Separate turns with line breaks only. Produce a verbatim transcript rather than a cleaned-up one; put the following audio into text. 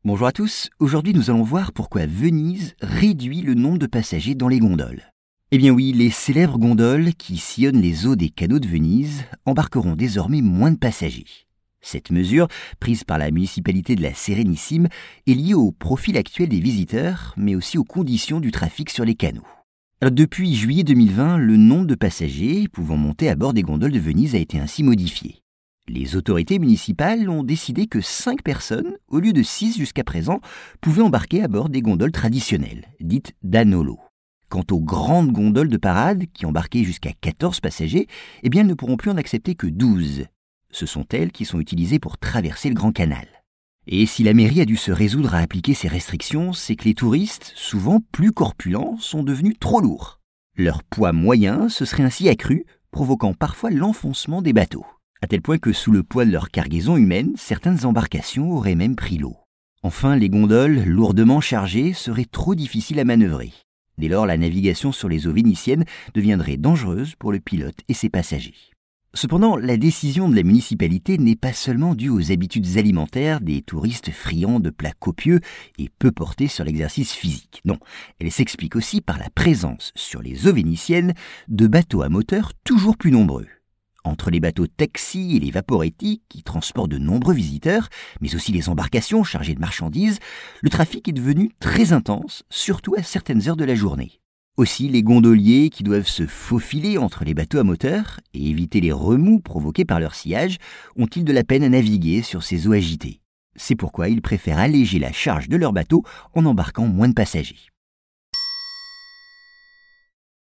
Bonjour à tous, aujourd'hui nous allons voir pourquoi Venise réduit le nombre de passagers dans les gondoles. Eh bien oui, les célèbres gondoles qui sillonnent les eaux des canaux de Venise embarqueront désormais moins de passagers. Cette mesure, prise par la municipalité de la Sérénissime, est liée au profil actuel des visiteurs, mais aussi aux conditions du trafic sur les canaux. Alors, depuis juillet deux mille vingt, le nombre de passagers pouvant monter à bord des gondoles de Venise a été ainsi modifié. Les autorités municipales ont décidé que cinq personnes, au lieu de six jusqu'à présent, pouvaient embarquer à bord des gondoles traditionnelles, dites danolo. Quant aux grandes gondoles de parade, qui embarquaient jusqu'à quatorze passagers, eh bien elles ne pourront plus en accepter que douze. Ce sont elles qui sont utilisées pour traverser le Grand Canal. Et si la mairie a dû se résoudre à appliquer ces restrictions, c'est que les touristes, souvent plus corpulents, sont devenus trop lourds. Leur poids moyen se serait ainsi accru, provoquant parfois l'enfoncement des bateaux. À tel point que sous le poids de leur cargaison humaine, certaines embarcations auraient même pris l'eau. Enfin, les gondoles lourdement chargées seraient trop difficiles à manœuvrer. Dès lors, la navigation sur les eaux vénitiennes deviendrait dangereuse pour le pilote et ses passagers. Cependant, la décision de la municipalité n'est pas seulement due aux habitudes alimentaires des touristes friands de plats copieux et peu portés sur l'exercice physique. Non, elle s'explique aussi par la présence sur les eaux vénitiennes de bateaux à moteur toujours plus nombreux. Entre les bateaux taxis et les vaporetti, qui transportent de nombreux visiteurs, mais aussi les embarcations chargées de marchandises, le trafic est devenu très intense, surtout à certaines heures de la journée. Aussi, les gondoliers, qui doivent se faufiler entre les bateaux à moteur et éviter les remous provoqués par leur sillage, ont-ils de la peine à naviguer sur ces eaux agitées. C'est pourquoi ils préfèrent alléger la charge de leur bateau en embarquant moins de passagers.